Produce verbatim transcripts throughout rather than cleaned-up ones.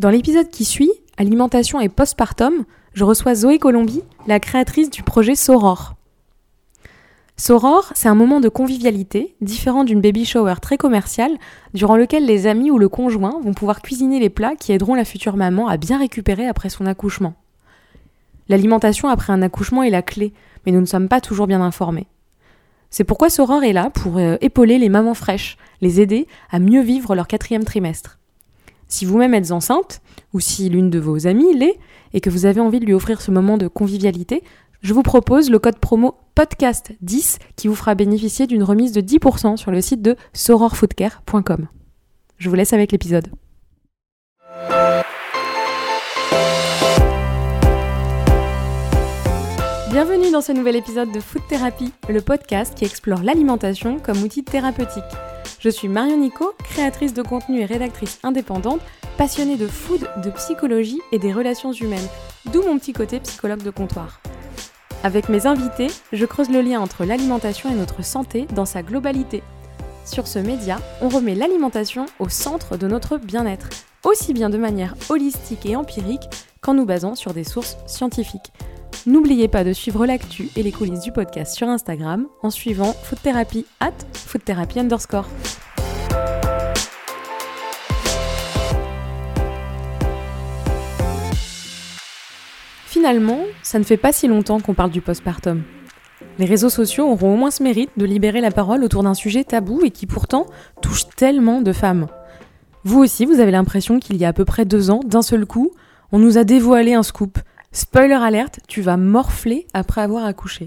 Dans l'épisode qui suit, Alimentation et postpartum, je reçois Zoé Colombi, la créatrice du projet Soror. Soror, c'est un moment de convivialité, différent d'une baby shower très commerciale, durant lequel les amis ou le conjoint vont pouvoir cuisiner les plats qui aideront la future maman à bien récupérer après son accouchement. L'alimentation après un accouchement est la clé, mais nous ne sommes pas toujours bien informés. C'est pourquoi Soror est là pour euh, épauler les mamans fraîches, les aider à mieux vivre leur quatrième trimestre. Si vous-même êtes enceinte, ou si l'une de vos amies l'est, et que vous avez envie de lui offrir ce moment de convivialité, je vous propose le code promo podcast dix qui vous fera bénéficier d'une remise de dix pour cent sur le site de soror food care point com. Je vous laisse avec l'épisode. Bienvenue dans ce nouvel épisode de Food Therapy, le podcast qui explore l'alimentation comme outil thérapeutique. Je suis Marion Nico, créatrice de contenu et rédactrice indépendante, passionnée de food, de psychologie et des relations humaines, d'où mon petit côté psychologue de comptoir. Avec mes invités, je creuse le lien entre l'alimentation et notre santé dans sa globalité. Sur ce média, on remet l'alimentation au centre de notre bien-être, aussi bien de manière holistique et empirique qu'en nous basant sur des sources scientifiques. N'oubliez pas de suivre l'actu et les coulisses du podcast sur Instagram en suivant foodtherapy at foodtherapy underscore. Finalement, ça ne fait pas si longtemps qu'on parle du postpartum. Les réseaux sociaux auront au moins ce mérite de libérer la parole autour d'un sujet tabou et qui pourtant touche tellement de femmes. Vous aussi, vous avez l'impression qu'il y a à peu près deux ans, d'un seul coup, on nous a dévoilé un scoop. Spoiler alerte, tu vas morfler après avoir accouché.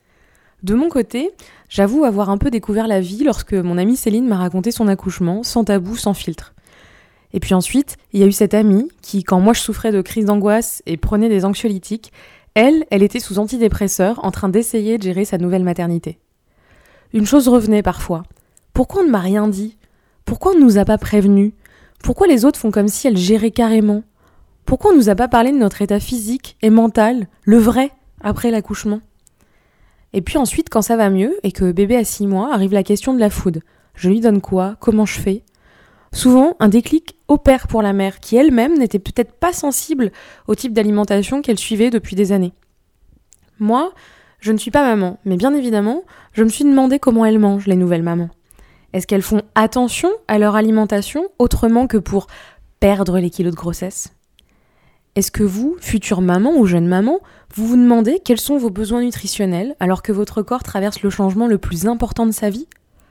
De mon côté, j'avoue avoir un peu découvert la vie lorsque mon amie Céline m'a raconté son accouchement, sans tabou, sans filtre. Et puis ensuite, il y a eu cette amie qui, quand moi je souffrais de crises d'angoisse et prenais des anxiolytiques, elle, elle était sous antidépresseurs en train d'essayer de gérer sa nouvelle maternité. Une chose revenait parfois. Pourquoi on ne m'a rien dit ? Pourquoi on ne nous a pas prévenus ? Pourquoi les autres font comme si elles géraient carrément ? Pourquoi on ne nous a pas parlé de notre état physique et mental, le vrai, après l'accouchement ? Et puis ensuite, quand ça va mieux et que bébé a six mois, arrive la question de la food. Je lui donne quoi ? Comment je fais ? Souvent, un déclic opère pour la mère, qui elle-même n'était peut-être pas sensible au type d'alimentation qu'elle suivait depuis des années. Moi, je ne suis pas maman, mais bien évidemment, je me suis demandé comment elles mangent, les nouvelles mamans. Est-ce qu'elles font attention à leur alimentation autrement que pour perdre les kilos de grossesse ? Est-ce que vous, future maman ou jeune maman, vous vous demandez quels sont vos besoins nutritionnels alors que votre corps traverse le changement le plus important de sa vie ?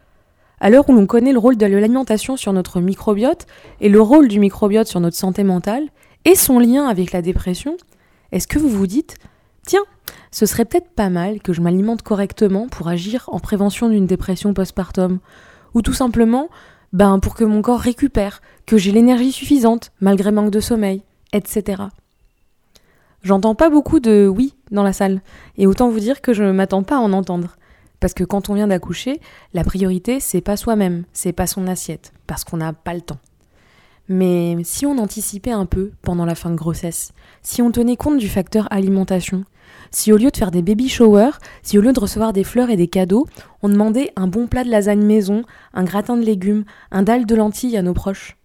À l'heure où l'on connaît le rôle de l'alimentation sur notre microbiote et le rôle du microbiote sur notre santé mentale et son lien avec la dépression, est-ce que vous vous dites « Tiens, ce serait peut-être pas mal que je m'alimente correctement pour agir en prévention d'une dépression postpartum » ou tout simplement ben, pour que mon corps récupère, que j'ai l'énergie suffisante malgré manque de sommeil, et cetera. J'entends pas beaucoup de « oui » dans la salle, et autant vous dire que je ne m'attends pas à en entendre. Parce que quand on vient d'accoucher, la priorité, c'est pas soi-même, c'est pas son assiette, parce qu'on n'a pas le temps. Mais si on anticipait un peu pendant la fin de grossesse, si on tenait compte du facteur alimentation, si au lieu de faire des baby showers, si au lieu de recevoir des fleurs et des cadeaux, on demandait un bon plat de lasagne maison, un gratin de légumes, un dalle de lentilles à nos proches.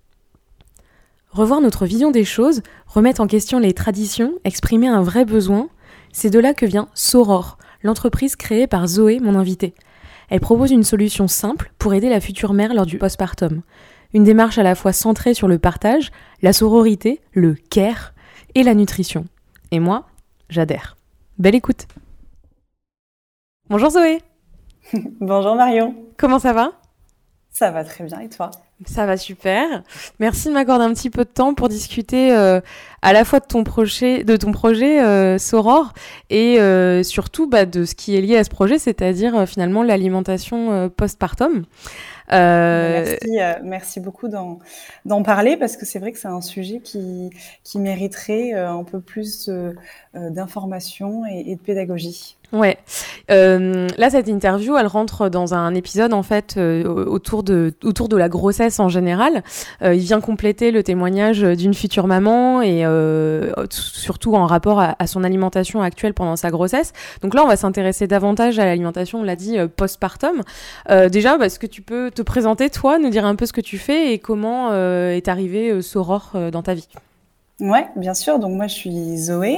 Revoir notre vision des choses, remettre en question les traditions, exprimer un vrai besoin, c'est de là que vient Soror, l'entreprise créée par Zoé, mon invitée. Elle propose une solution simple pour aider la future mère lors du postpartum. Une démarche à la fois centrée sur le partage, la sororité, le care et la nutrition. Et moi, j'adhère. Belle écoute. Bonjour Zoé. Bonjour Marion. Comment ça va ? Ça va très bien et toi ? Ça va super. Merci de m'accorder un petit peu de temps pour discuter euh, à la fois de ton projet, de ton projet euh, Soror et euh, surtout bah, de ce qui est lié à ce projet, c'est-à-dire euh, finalement l'alimentation euh, postpartum. Euh... Merci, euh, merci beaucoup d'en, d'en parler parce que c'est vrai que c'est un sujet qui, qui mériterait euh, un peu plus euh, d'information et, et de pédagogie. Ouais. Euh, là, cette interview, elle rentre dans un épisode en fait euh, autour de autour de la grossesse en général. Euh, il vient compléter le témoignage d'une future maman et euh, surtout en rapport à, à son alimentation actuelle pendant sa grossesse. Donc là, on va s'intéresser davantage à l'alimentation, on l'a dit, euh, postpartum. Euh, déjà, bah, est-ce que tu peux te présenter toi, nous dire un peu ce que tu fais et comment euh, est arrivée euh, Soror euh, dans ta vie? Ouais, bien sûr. Donc moi, je suis Zoé.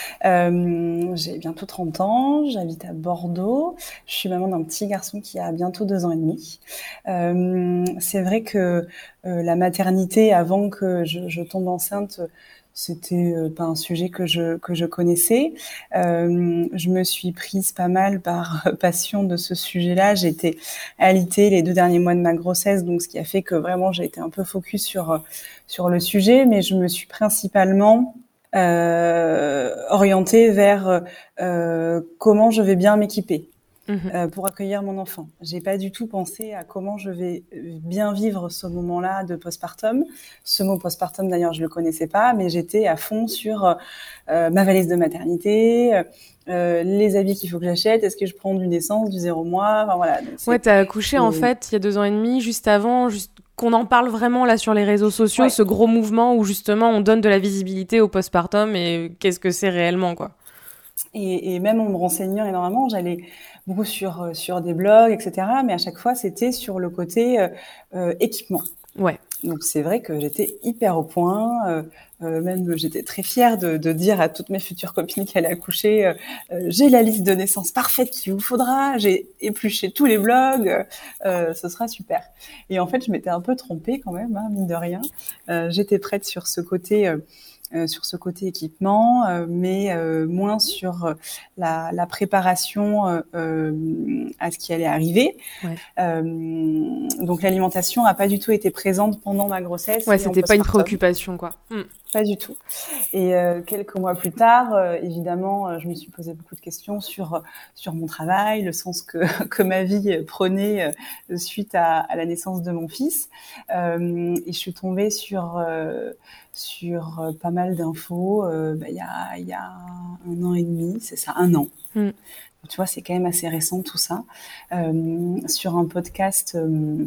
Euh, j'ai bientôt trente ans. J'habite à Bordeaux. Je suis maman d'un petit garçon qui a bientôt deux ans et demi. Euh, c'est vrai que euh, la maternité, avant que je, je tombe enceinte, c'était euh, pas un sujet que je que je connaissais. Euh, je me suis prise pas mal par passion de ce sujet-là. J'ai été alitée les deux derniers mois de ma grossesse, donc ce qui a fait que vraiment j'ai été un peu focus sur sur le sujet, mais je me suis principalement euh, orientée vers euh, comment je vais bien m'équiper. Mmh. Euh, pour accueillir mon enfant. J'ai pas du tout pensé à comment je vais bien vivre ce moment-là de postpartum. Ce mot postpartum, d'ailleurs, je le connaissais pas, mais j'étais à fond sur euh, ma valise de maternité, euh, les habits qu'il faut que j'achète, est-ce que je prends du naissance, du zéro mois, enfin voilà. Donc, ouais, t'as accouché en fait il y a deux ans et demi, juste avant, juste qu'on en parle vraiment là sur les réseaux sociaux, ouais. Ce gros mouvement où justement on donne de la visibilité au postpartum et qu'est-ce que c'est réellement, quoi. Et, et même en me renseignant énormément, j'allais beaucoup sur sur des blogs, et cetera. Mais à chaque fois, c'était sur le côté euh, euh, équipement. Ouais. Donc c'est vrai que j'étais hyper au point. Euh, euh, même j'étais très fière de, de dire à toutes mes futures copines qui allaient accoucher, euh, euh, j'ai la liste de naissance parfaite qu'il vous faudra. J'ai épluché tous les blogs. Euh, ce sera super. Et en fait, je m'étais un peu trompée quand même, hein, mine de rien. Euh, j'étais prête sur ce côté. Euh, Euh, sur ce côté équipement, euh, mais euh, moins sur euh, la, la préparation euh, euh, à ce qui allait arriver. Ouais. Euh, donc l'alimentation n'a pas du tout été présente pendant ma grossesse. Ouais, c'était pas une préoccupation, quoi. Mm. Pas du tout. Et euh, quelques mois plus tard, euh, évidemment, euh, je me suis posé beaucoup de questions sur sur mon travail, le sens que que ma vie prenait euh, suite à, à la naissance de mon fils. Euh, et je suis tombée sur euh, sur euh, pas mal d'infos. Euh, bah, il y a il y a un an et demi, c'est ça, un an. Mm. Tu vois, c'est quand même assez récent tout ça. Euh, sur un podcast. Euh,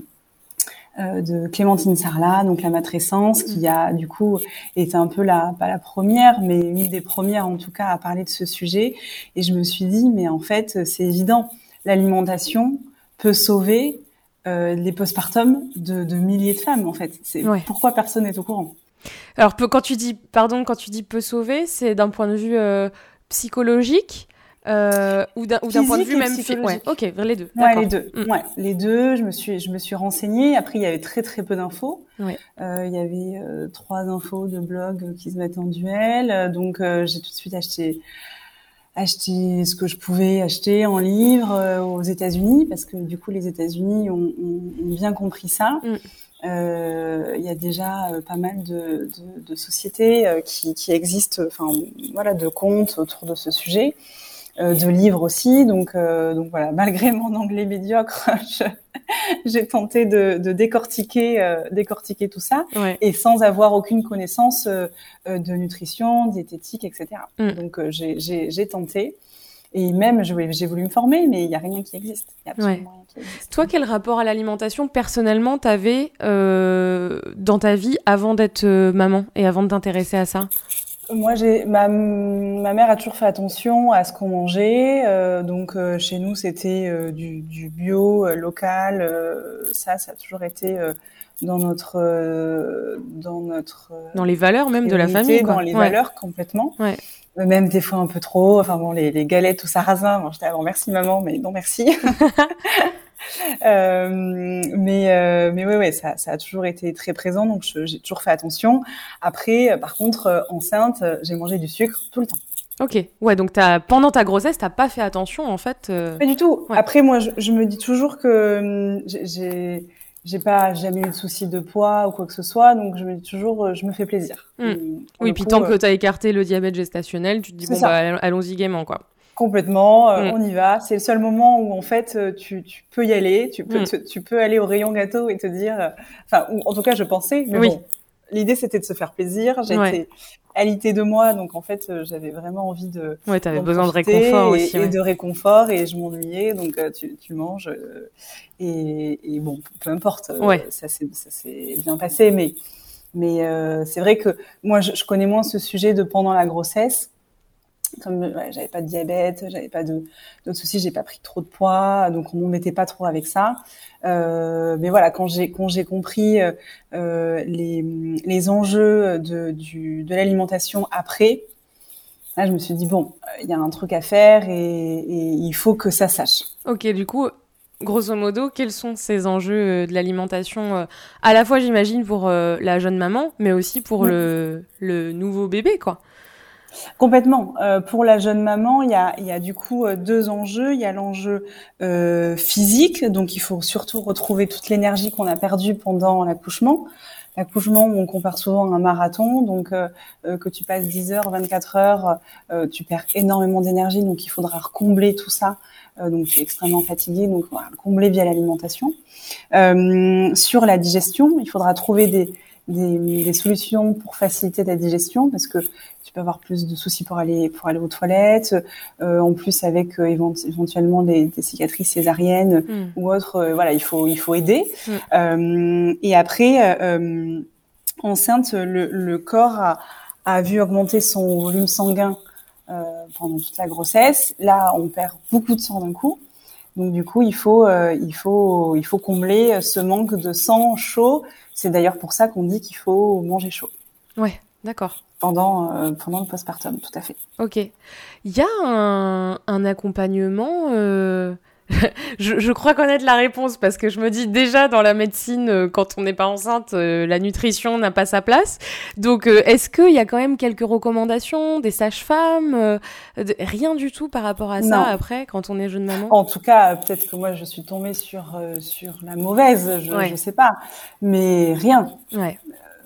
Euh, de Clémentine Sarlat, donc la matrescence, qui a du coup été un peu la, pas la première, mais une des premières en tout cas à parler de ce sujet. Et je me suis dit, mais en fait, c'est évident, l'alimentation peut sauver euh, les postpartums de, de milliers de femmes, en fait. C'est ouais. Pourquoi personne n'est au courant. Alors, quand tu dis, pardon, quand tu dis peut sauver, c'est d'un point de vue euh, psychologique Euh, ou d'un, ou d'un point de vue même psychologique. Ouais, ok, vers les deux. Ouais, D'accord. les deux. Mm. Ouais, les deux. Je me suis, je me suis renseignée. Après, il y avait très très peu d'infos. Ouais. Euh, il y avait euh, trois infos de blogs qui se mettent en duel. Donc, euh, j'ai tout de suite acheté, acheté ce que je pouvais acheter en livre euh, aux États-Unis, parce que du coup, les États-Unis ont, ont, ont bien compris ça. Mm. Euh, il y a déjà euh, pas mal de, de, de sociétés euh, qui, qui existent, enfin voilà, de comptes autour de ce sujet. Euh, de livres aussi, donc euh, donc voilà, malgré mon anglais médiocre, je, j'ai tenté de, de décortiquer euh, décortiquer tout ça, ouais. Et sans avoir aucune connaissance euh, de nutrition, diététique, et cetera. Mm. Donc euh, j'ai, j'ai j'ai tenté, et même je, j'ai voulu me former, mais il y a rien qui existe. Il y a absolument ouais. rien qui existe. Toi, quel rapport à l'alimentation personnellement t'avais euh, dans ta vie avant d'être euh, maman et avant de t'intéresser à ça? Moi, j'ai ma ma mère a toujours fait attention à ce qu'on mangeait, euh, donc euh, chez nous c'était euh, du, du bio, euh, local. Euh, ça, ça a toujours été euh, dans notre euh, dans notre euh, dans les valeurs même de la famille, quoi. Dans les ouais. valeurs complètement. Ouais. Même des fois un peu trop. Enfin bon, les, les galettes au sarrasin. Bon, j'étais avant merci maman, mais non merci. Euh, mais euh, mais ouais ouais ça ça a toujours été très présent, donc je, j'ai toujours fait attention. Après euh, par contre euh, enceinte euh, j'ai mangé du sucre tout le temps. Ok, ouais, donc t'as, pendant ta grossesse t'as pas fait attention en fait euh... Pas du tout. Ouais. Après moi je, je me dis toujours que j'ai, j'ai j'ai pas jamais eu de soucis de poids ou quoi que ce soit, donc je me dis toujours je me fais plaisir. Mmh. Oui, puis coup, tant euh... que t'as écarté le diabète gestationnel, tu te dis c'est bon ça. Bah allons-y gaiement, quoi. Complètement, euh, mmh. On y va. C'est le seul moment où en fait tu, tu peux y aller, tu peux, mmh. te, tu peux aller au rayon gâteau et te dire, enfin, ou, en tout cas je pensais, mais oui. Bon, l'idée c'était de se faire plaisir. J'ai ouais. été alité de moi, donc en fait, euh, j'avais vraiment envie de Ouais, t'avais d'en besoin de profiter réconfort et, aussi, et ouais. de réconfort, et je m'ennuyais, donc euh, tu, tu manges, euh, et, et bon, peu importe, euh, Ouais. ça s'est ça s'est bien passé, mais mais euh, c'est vrai que moi, je, je connais moins ce sujet de pendant la grossesse. Comme ouais, j'avais pas de diabète, j'avais pas de d'autres soucis, j'ai pas pris trop de poids, donc on m'embêtait pas trop avec ça. Euh, mais voilà, quand j'ai quand j'ai compris euh, les les enjeux de du de l'alimentation après, là je me suis dit bon, il y a un truc à faire, et, et il faut que ça sache. Ok, du coup, grosso modo, quels sont ces enjeux euh, de l'alimentation euh, à la fois, j'imagine, pour euh, la jeune maman, mais aussi pour Mm. le, le nouveau bébé, quoi. Complètement. Euh, pour la jeune maman, il y a, il y a du coup euh, deux enjeux. Il y a l'enjeu euh, physique, donc il faut surtout retrouver toute l'énergie qu'on a perdue pendant l'accouchement. L'accouchement, on compare souvent à un marathon, donc euh, euh, que tu passes dix heures, vingt-quatre heures, euh, tu perds énormément d'énergie, donc il faudra recombler tout ça. Euh, donc tu es extrêmement fatigué, donc voilà, combler via l'alimentation. Euh, sur la digestion, il faudra trouver des, des, des solutions pour faciliter la digestion, parce que tu peux avoir plus de soucis pour aller pour aller aux toilettes. Euh, en plus, avec euh, éventuellement des, des cicatrices césariennes Mm. ou autres, euh, voilà, il faut il faut aider. Mm. Euh, et après, euh, enceinte, le, le corps a, a vu augmenter son volume sanguin euh, pendant toute la grossesse. Là, on perd beaucoup de sang d'un coup. Donc du coup, il faut, euh, il faut, il faut combler ce manque de sang chaud. C'est d'ailleurs pour ça qu'on dit qu'il faut manger chaud. Ouais, d'accord. Pendant, euh, pendant le postpartum, tout à fait. Ok. Il y a un, un accompagnement. Euh... je, je crois connaître la réponse parce que je me dis déjà dans la médecine, euh, quand on n'est pas enceinte, euh, la nutrition n'a pas sa place. Donc, euh, est-ce qu'il y a quand même quelques recommandations, des sages-femmes, euh, de- rien du tout par rapport à ça Non. après, quand on est jeune maman? En tout cas, peut-être que moi je suis tombée sur euh, sur la mauvaise, je, Ouais. je sais pas, mais rien. Ouais.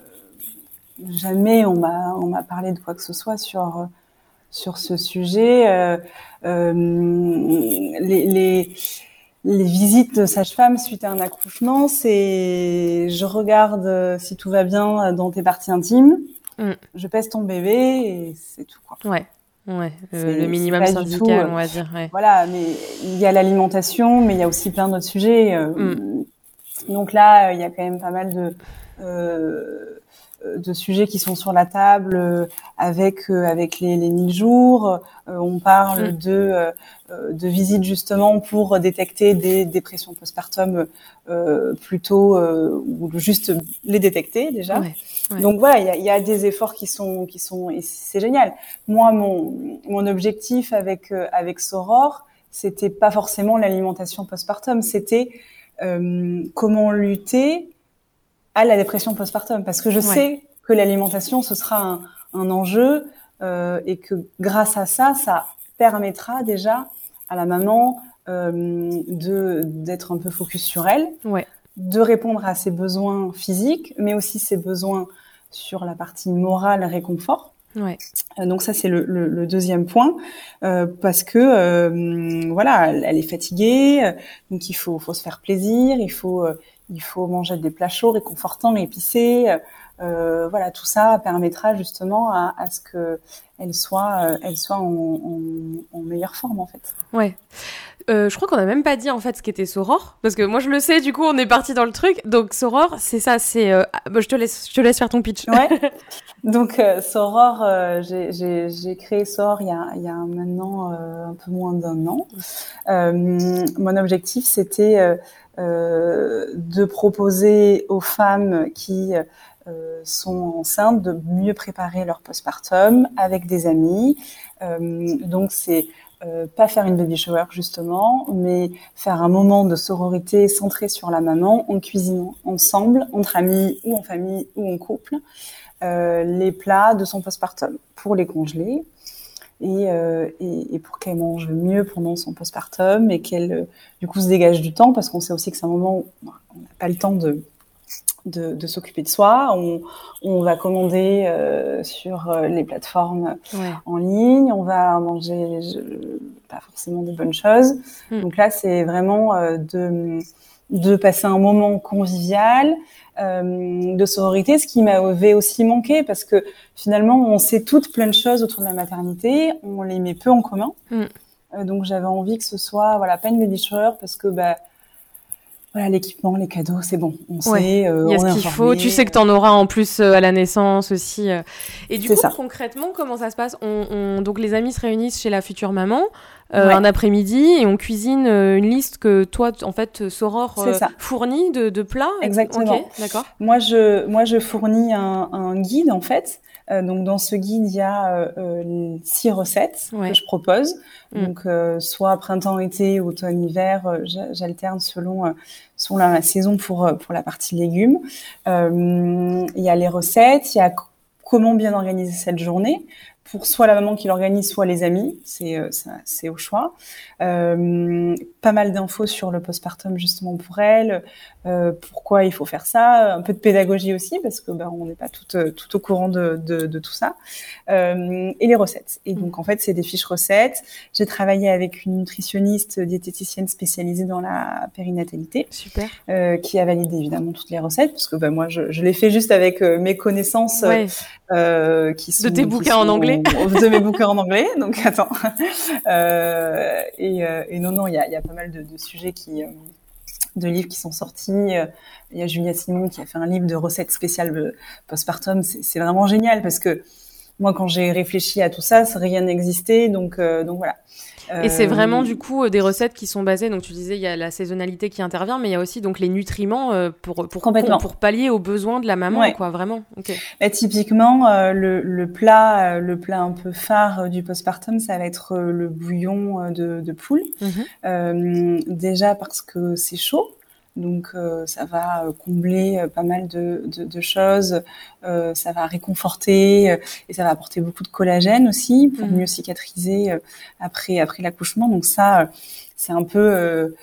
Jamais on m'a on m'a parlé de quoi que ce soit sur sur ce sujet. Euh, euh, les, les les visites de sage-femme suite à un accouchement, c'est je regarde si tout va bien dans tes parties intimes, Mm. je pèse ton bébé et c'est tout, quoi. Ouais. Ouais. Euh, le C'est c'est minimum pas du tout. syndical, Euh, on va dire. Ouais. voilà, mais il y a l'alimentation, mais il y a aussi plein d'autres sujets. Euh, Mm. donc là, il y a quand même pas mal de euh, de sujets qui sont sur la table euh, avec euh, avec les, les mille jours. Euh, on parle Mm. de euh, de visites justement pour détecter des dépressions postpartum euh, plutôt euh, ou juste les détecter déjà. Ouais. Ouais. Donc voilà, il y a, y a des efforts qui sont qui sont et c'est génial. Moi, mon mon objectif avec euh, avec Soror, c'était pas forcément l'alimentation postpartum, c'était euh, comment lutter à la dépression postpartum, parce que je Ouais. sais que l'alimentation ce sera un, un enjeu euh, et que grâce à ça, ça permettra déjà à la maman euh, de d'être un peu focus sur elle, Ouais. de répondre à ses besoins physiques, mais aussi ses besoins sur la partie morale, réconfort. Ouais. Euh, donc ça c'est le, le, le deuxième point, euh, parce que euh, voilà, elle, elle est fatiguée, euh, donc il faut, faut se faire plaisir, il faut, euh, il faut manger des plats chauds, réconfortants, épicés. Euh, voilà, tout ça permettra justement à, à ce que elle soit, euh, elle soit en, en, en meilleure forme en fait. Ouais. Euh, je crois qu'on a même pas dit en fait ce qu'était Soror, parce que moi je le sais, du coup on est parti dans le truc. Donc Soror, c'est ça, c'est. Euh... Ah, bah, je te laisse, je te laisse faire ton pitch. Ouais. Donc euh, Soror, euh, j'ai, j'ai, j'ai créé Soror il y a, il y a maintenant euh, un peu moins d'un an. Euh, mon objectif c'était euh, euh, de proposer aux femmes qui euh, sont enceintes de mieux préparer leur postpartum avec des amis. Euh, donc c'est Euh, pas faire une baby shower justement, mais faire un moment de sororité centré sur la maman, en cuisinant ensemble, entre amis ou en famille ou en couple, euh, les plats de son postpartum pour les congeler et, euh, et, et pour qu'elle mange mieux pendant son postpartum et qu'elle euh, du coup se dégage du temps, parce qu'on sait aussi que c'est un moment où on n'a pas le temps de De, de s'occuper de soi. On, on va commander euh, sur les plateformes Ouais. en ligne, on va manger je, pas forcément des bonnes choses. Mm. Donc là, c'est vraiment euh, de, de passer un moment convivial euh, de sororité, ce qui m'avait aussi manqué, parce que finalement, on sait toutes plein de choses autour de la maternité, on les met peu en commun. Mm. Euh, donc, j'avais envie que ce soit, voilà, pas une baby shower, parce que, bah, voilà, l'équipement, les cadeaux, c'est bon. On ouais. sait, euh, il y a on ce est qu'il informé. faut. Tu sais que t'en auras en plus euh, à la naissance aussi. Euh. Et du c'est coup, ça. concrètement, comment ça se passe on, on, donc, les amis se réunissent chez la future maman euh, ouais. un après-midi et on cuisine euh, une liste que toi, en fait, Soror euh, fournit de, de plats. Exactement. Okay, d'accord. Moi, je, moi, je fournis un, un guide, en fait. Euh, donc, dans ce guide, il y a euh, six recettes ouais. que je propose. Mm. Donc, euh, soit printemps-été, automne-hiver, euh, j'alterne selon, euh, selon la, la saison pour, pour la partie légumes. Euh, il y a les recettes, il y a comment bien organiser cette journée pour soit la maman qui l'organise, soit les amis. C'est, euh, ça, c'est au choix. Euh, pas mal d'infos sur le postpartum justement pour elle, euh, pourquoi il faut faire ça, un peu de pédagogie aussi parce que ben on n'est pas tout, tout au courant de, de, de tout ça, euh, et les recettes. Et donc en fait c'est des fiches recettes. J'ai travaillé avec une nutritionniste diététicienne spécialisée dans la périnatalité, super, euh, qui a validé évidemment toutes les recettes parce que ben moi je, je l'ai fait juste avec euh, mes connaissances ouais. euh, qui sont de tes bouquins en anglais, de mes bouquins en anglais. Donc attends. Euh, et Et, euh, et non, non, il y a, y a pas mal de, de sujets qui, euh, de livres qui sont sortis. Il y a Julia Simon qui a fait un livre de recettes spéciales postpartum. C'est, c'est vraiment génial parce que moi, quand j'ai réfléchi à tout ça, rien n'existait. Donc, euh, donc voilà. Et c'est vraiment du coup des recettes qui sont basées, donc tu disais il y a la saisonnalité qui intervient, mais il y a aussi donc les nutriments euh, pour pour Complètement. pour pallier aux besoins de la maman, ouais. quoi, vraiment. Okay. Bah, typiquement euh, le le plat euh, le plat un peu phare du postpartum, ça va être euh, le bouillon de, de poule. Mm-hmm. Euh, déjà parce que c'est chaud. Donc euh, ça va combler euh, pas mal de, de, de choses, euh, ça va réconforter euh, et ça va apporter beaucoup de collagène aussi pour mmh. mieux cicatriser euh, après après l'accouchement. Donc ça, euh, c'est un peu euh,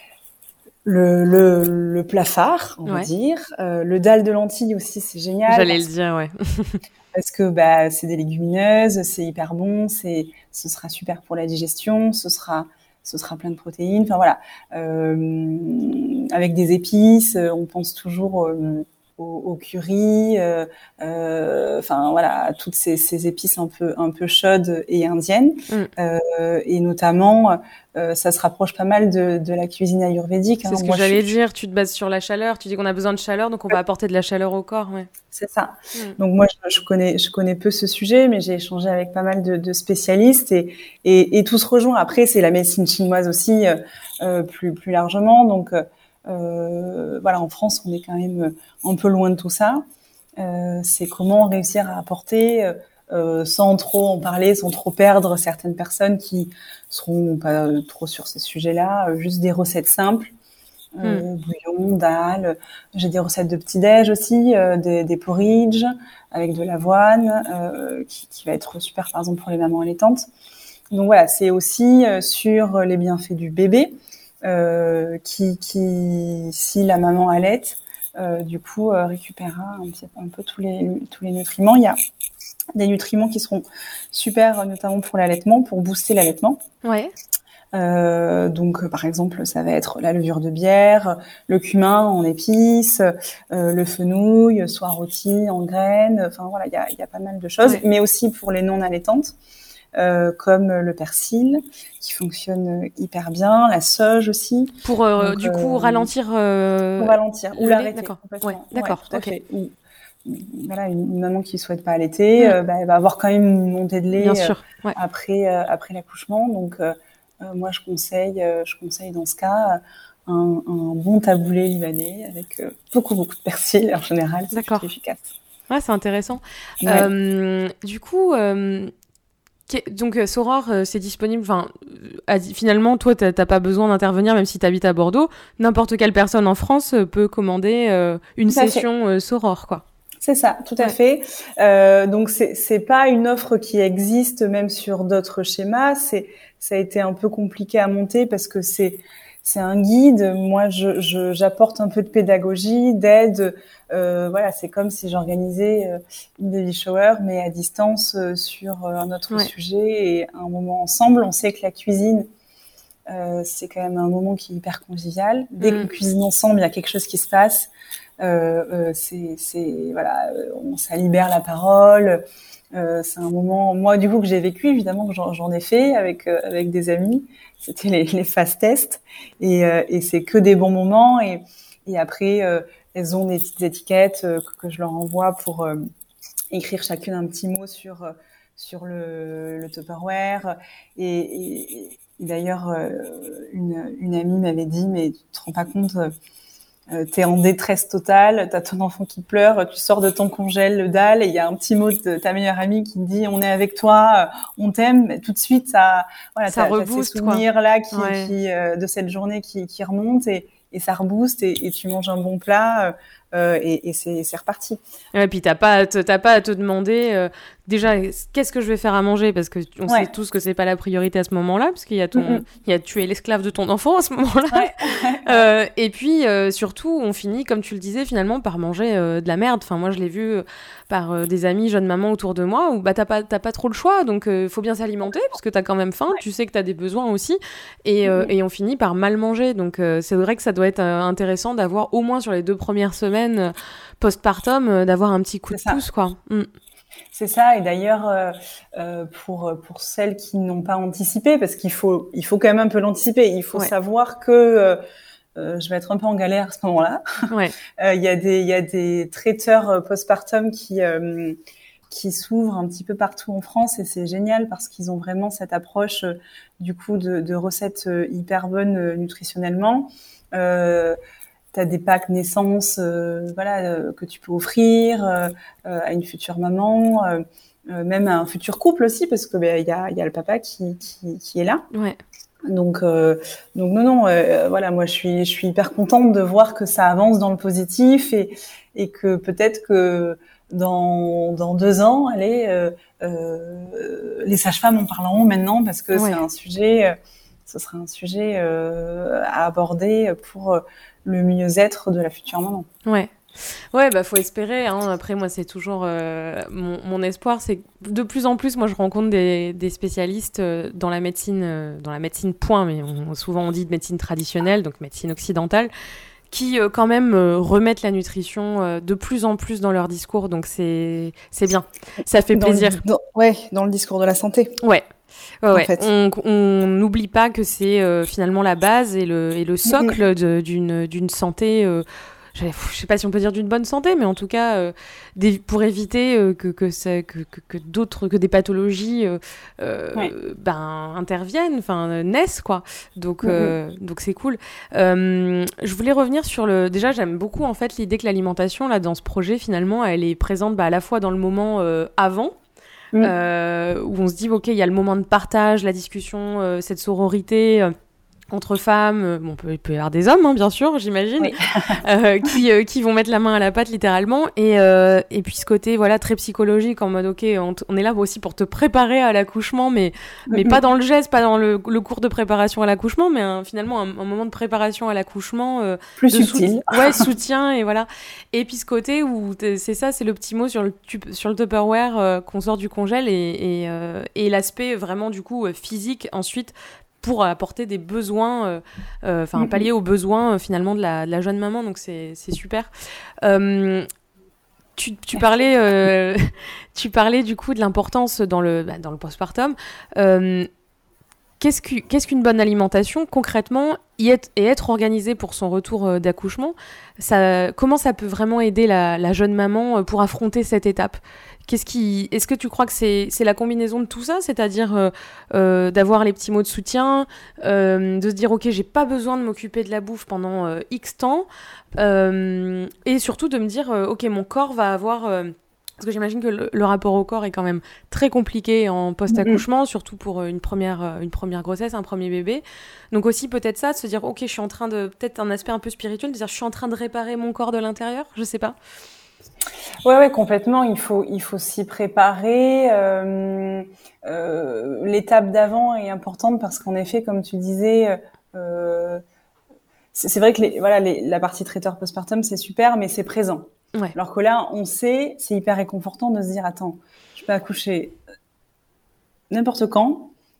le, le, le plat phare, on ouais. va dire. Euh, le dalle de lentilles aussi, c'est génial. J'allais le dire, ouais. Parce que bah c'est des légumineuses, c'est hyper bon, c'est ce sera super pour la digestion, ce sera ce sera plein de protéines. Enfin voilà, euh, avec des épices, on pense toujours euh, au, au curry, euh, euh, enfin voilà, toutes ces, ces épices un peu un peu chaudes et indiennes, mm. euh, et notamment euh, ça se rapproche pas mal de, de la cuisine ayurvédique. C'est hein. ce que Moi, j'allais je... dire. Tu te bases sur la chaleur. Tu dis qu'on a besoin de chaleur, donc on va apporter de la chaleur au corps. Ouais. C'est ça. Mm. Donc moi, je, je connais, je connais peu ce sujet, mais j'ai échangé avec pas mal de, de spécialistes et, et, et tout se rejoint. Après, c'est la médecine chinoise aussi, euh, plus, plus largement. Donc euh, voilà, en France, on est quand même un peu loin de tout ça. Euh, c'est comment réussir à apporter. Euh, sans trop en parler, sans trop perdre certaines personnes qui seront pas trop sur ces sujets-là, euh, juste des recettes simples, euh, mm. bouillon, dalle. J'ai des recettes de petit-déj aussi, euh, des, des porridge avec de l'avoine, euh, qui, qui va être super par exemple pour les mamans allaitantes. Donc voilà, c'est aussi euh, sur les bienfaits du bébé, euh, qui, qui, si la maman allaite, euh, du coup euh, récupérera un, petit, un peu tous les, tous les nutriments. Il y a des nutriments qui seront super, notamment pour l'allaitement, pour booster l'allaitement. Ouais. Euh, donc, par exemple, ça va être la levure de bière, le cumin en épices, euh, le fenouil, soit rôti en graines. Enfin voilà, il y a, y a pas mal de choses, ouais. mais aussi pour les non allaitantes, euh, comme le persil qui fonctionne hyper bien, la sauge aussi. Pour euh, donc, du coup euh, ralentir. Euh... Pour ralentir ou l'arrêter. D'accord. Complètement. Ouais, d'accord. Ouais, tout à ok. fait. Ou, voilà, une maman qui souhaite pas allaiter, mmh. euh, bah, elle va avoir quand même une montée de lait Bien sûr, ouais. euh, après euh, après l'accouchement. Donc euh, euh, moi je conseille euh, je conseille dans ce cas un, un bon taboulé libanais avec euh, beaucoup beaucoup de persil en général, c'est D'accord. efficace. Ouais, c'est intéressant. Ouais. Euh, du coup. Euh... Donc Soror, euh, c'est disponible. Enfin, euh, finalement, toi, t'as, t'as pas besoin d'intervenir, même si t'habites à Bordeaux. N'importe quelle personne en France euh, peut commander euh, une tout session euh, Soror, quoi. C'est ça, tout à ouais. fait. Euh, donc c'est c'est pas une offre qui existe même sur d'autres schémas. C'est ça a été un peu compliqué à monter parce que c'est c'est un guide. Moi, je, je j'apporte un peu de pédagogie, d'aide. Euh, voilà, c'est comme si j'organisais euh, une baby shower, mais à distance euh, sur euh, un autre ouais. sujet et un moment ensemble. On sait que la cuisine, euh, c'est quand même un moment qui est hyper convivial. Dès mmh. qu'on cuisine ensemble, il y a quelque chose qui se passe. Euh, euh, c'est, c'est voilà, on, ça libère la parole. Euh, c'est un moment, moi du coup que j'ai vécu, évidemment que j'en, j'en ai fait avec euh, avec des amis. C'était les, les fast tests et, euh, et c'est que des bons moments. Et, et après, euh, elles ont des petites étiquettes euh, que, que je leur envoie pour euh, écrire chacune un petit mot sur euh, sur le, le Tupperware. Et, et, et d'ailleurs, euh, une, une amie m'avait dit, mais tu te rends pas compte, euh, t'es en détresse totale, t'as ton enfant qui pleure, tu sors de ton congèle, le dalle, et il y a un petit mot de ta meilleure amie qui te dit on est avec toi, on t'aime. Mais tout de suite, ça, voilà, Ça t'as, t'as ces rebooste, quoi. souvenirs là qui, Ouais. qui euh, de cette journée qui, qui remontent et, et ça rebooste et, et tu manges un bon plat euh, et, et c'est, c'est reparti. Et puis t'as pas, à te, t'as pas à te demander euh, déjà qu'est-ce que je vais faire à manger parce que on Ouais. sait tous que c'est pas la priorité à ce moment-là parce qu'il y a ton, Mm-mm. il y a tu es l'esclave de ton enfant à ce moment-là. Ouais. euh, et puis euh, surtout on finit comme tu le disais finalement par manger euh, de la merde. Enfin moi je l'ai vu euh, par euh, des amis jeunes mamans autour de moi où bah t'as pas t'as pas trop le choix donc il euh, faut bien s'alimenter parce que t'as quand même faim. Ouais. Tu sais que t'as des besoins aussi et euh, mm-hmm. et on finit par mal manger donc euh, c'est vrai que ça doit être euh, intéressant d'avoir au moins sur les deux premières semaines euh, postpartum euh, d'avoir un petit coup c'est de ça. pouce quoi. Mm. C'est ça, et d'ailleurs euh, euh, pour pour celles qui n'ont pas anticipé, parce qu'il faut il faut quand même un peu l'anticiper. Il faut ouais. savoir que euh, euh, je vais être un peu en galère à ce moment-là. Ouais. Il euh, y a des il y a des traiteurs postpartum qui euh, qui s'ouvrent un petit peu partout en France et c'est génial parce qu'ils ont vraiment cette approche euh, du coup de, de recettes euh, hyper bonnes euh, nutritionnellement. Euh, T'as des packs naissance, euh, voilà, euh, que tu peux offrir euh, euh, à une future maman, euh, euh, même à un futur couple aussi, parce que ben il y a il y a le papa qui qui, qui est là. Ouais. Donc euh, donc non non, euh, voilà, moi je suis je suis hyper contente de voir que ça avance dans le positif et et que peut-être que dans dans deux ans, allez, euh, euh, les sages-femmes en parleront maintenant parce que ouais. c'est un sujet, ce sera un sujet euh, à aborder pour le mieux-être de la future maman. Ouais. Ouais, bah faut espérer. Hein. Après, moi, c'est toujours euh, mon, mon espoir, c'est que de plus en plus, moi, je rencontre des, des spécialistes euh, dans la médecine, euh, dans la médecine point, mais on, souvent on dit de médecine traditionnelle, donc médecine occidentale, qui euh, quand même euh, remettent la nutrition euh, de plus en plus dans leur discours. Donc c'est c'est bien, ça fait dans plaisir. Le, dans, ouais, dans le discours de la santé. Ouais. Ouais, ouais. En fait. On n'oublie pas que c'est euh, finalement la base et le, et le socle de, d'une, d'une santé, euh, je ne sais pas si on peut dire d'une bonne santé, mais en tout cas, euh, des, pour éviter euh, que, que, ça, que, que, que d'autres, que des pathologies euh, ouais. ben, interviennent, enfin, naissent, quoi. Donc, mm-hmm. euh, donc c'est cool. Euh, je voulais revenir sur le... Déjà, j'aime beaucoup, en fait, l'idée que l'alimentation, là, dans ce projet, finalement, elle est présente bah, à la fois dans le moment euh, avant, Mmh. Euh, où on se dit ok, il y a le moment de partage, la discussion, euh, cette sororité euh, entre femmes, euh, bon, peut, il peut y avoir des hommes hein, bien sûr, j'imagine, oui. euh, qui euh, qui vont mettre la main à la pâte littéralement et euh, et puis ce côté voilà très psychologique en mode ok, on, t- on est là aussi pour te préparer à l'accouchement, mais mais mmh. pas dans le geste, pas dans le, le cours de préparation à l'accouchement, mais un, finalement un, un moment de préparation à l'accouchement euh, plus de subtil, sout- ouais soutien et voilà. Et puis ce côté où c'est ça, c'est le petit mot sur le tu- sur le Tupperware euh, qu'on sort du congèle et et, euh, et l'aspect vraiment du coup physique ensuite. Pour apporter des besoins, enfin euh, euh, pallier aux besoins euh, finalement de la, de la jeune maman, donc c'est, c'est super. Euh, tu, tu parlais, euh, tu parlais du coup de l'importance dans le bah, dans le postpartum. Euh, qu'est-ce, que, qu'est-ce qu'une bonne alimentation concrètement y être, et être organisée pour son retour d'accouchement, ça, comment ça peut vraiment aider la, la jeune maman pour affronter cette étape? Qu'est-ce qui, est-ce que tu crois que c'est, c'est la combinaison de tout ça, c'est-à-dire euh, euh, d'avoir les petits mots de soutien, euh, de se dire ok, j'ai pas besoin de m'occuper de la bouffe pendant euh, X temps, euh, et surtout de me dire euh, ok, mon corps va avoir euh, parce que j'imagine que le, le rapport au corps est quand même très compliqué en post-accouchement, mmh. surtout pour une première, une première grossesse, un premier bébé. Donc aussi peut-être ça, de se dire ok, je suis en train de, peut-être un aspect un peu spirituel, de dire je suis en train de réparer mon corps de l'intérieur, je sais pas. Ouais, ouais, complètement. Il faut, il faut s'y préparer. Euh, euh, l'étape d'avant est importante parce qu'en effet, comme tu disais, euh, c'est, c'est vrai que les, voilà, les, la partie traiteur postpartum, c'est super, mais c'est présent. Ouais. Alors que là, on sait, c'est hyper réconfortant de se dire, attends, je peux accoucher n'importe quand.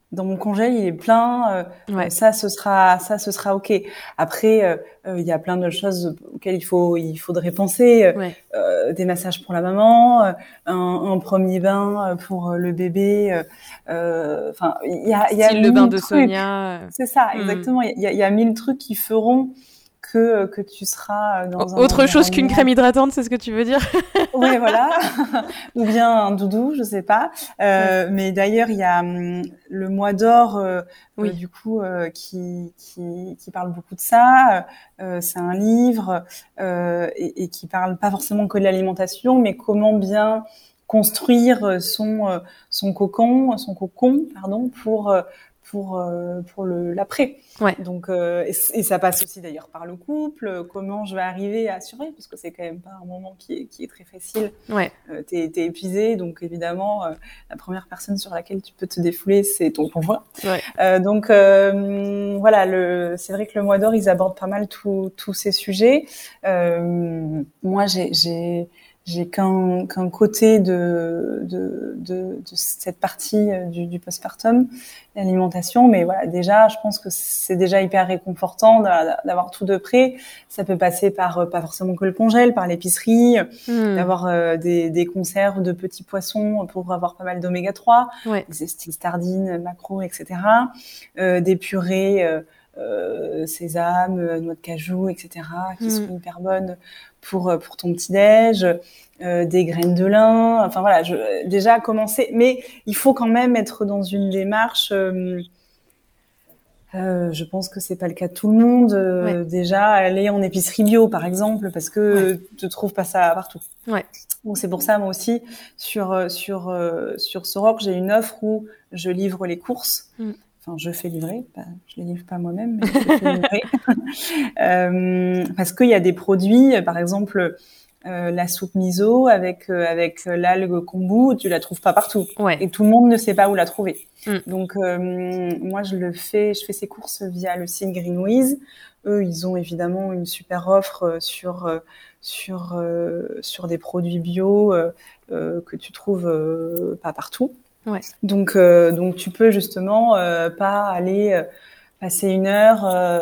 dans mon congèle, il est plein. Euh, Ouais. Ça, ce sera, ça, ce sera ok. Après, euh, euh, il y a plein de choses auxquelles il faut, il faudrait penser. Euh, Ouais. euh, des massages pour la maman, euh, un, un premier bain pour le bébé. euh, Enfin, il y a, il y a Style le bain mille de trucs. Sonia. C'est ça, Hmm. exactement. Il y a, il y a mille trucs qui feront que que tu seras dans un Autre chose qu'une environnement- crème hydratante, c'est ce que tu veux dire? Oui, voilà. Ou bien un doudou, je sais pas. Euh, Ouais. Mais d'ailleurs, il y a hum, le mois d'or, euh, Oui. euh, du coup, euh, qui, qui qui parle beaucoup de ça. Euh, c'est un livre euh, et, et qui parle pas forcément que de l'alimentation, mais comment bien construire son son cocon, son cocon, pardon, pour pour pour le l'après. Ouais. Donc euh, et, et ça passe aussi d'ailleurs par le couple. Comment je vais arriver à survivre, parce que c'est quand même pas un moment qui est qui est très facile. Ouais. Euh, t'es t'es épuisé, donc évidemment euh, la première personne sur laquelle tu peux te défouler, c'est ton conjoint. Ouais. Euh, donc euh, voilà, le c'est vrai que le mois d'or, ils abordent pas mal tous tous ces sujets. Euh, moi, j'ai j'ai j'ai qu'un qu'un côté de de de, de cette partie du, du postpartum, l'alimentation, mais voilà, déjà je pense que c'est déjà hyper réconfortant d'avoir tout de près. Ça peut passer par pas forcément que le congèle, par l'épicerie, Hmm. d'avoir euh, des des conserves de petits poissons pour avoir pas mal d'oméga trois, Ouais. des style sardines, maquereaux, et cetera. Euh, des purées euh, euh, sésame, noix de cajou, et cetera, qui Hmm. sont hyper bonnes pour pour ton petit déj. Euh, des graines de lin, enfin voilà, je, déjà commencer, mais il faut quand même être dans une démarche. Euh, euh, je pense que c'est pas le cas de tout le monde. Euh, Ouais. Déjà aller en épicerie bio, par exemple, parce que Ouais. tu trouves pas ça partout. Ouais. Donc c'est pour ça, moi aussi, sur sur euh, sur Soroc, j'ai une offre où je livre les courses. Mm. Enfin, je fais livrer, pas, je les livre pas moi-même, mais je fais livrer. euh, parce qu'il y a des produits, par exemple. Euh, la soupe miso avec euh, avec l'algue kombu, tu la trouves pas partout. Ouais. Et tout le monde ne sait pas où la trouver. Mm. Donc euh, moi je le fais, je fais ces courses via le site Greenwiz. Eux, ils ont évidemment une super offre sur sur euh, sur des produits bio euh, euh, que tu trouves euh, pas partout. Ouais. Donc euh, donc tu peux justement euh, pas aller euh, passer une heure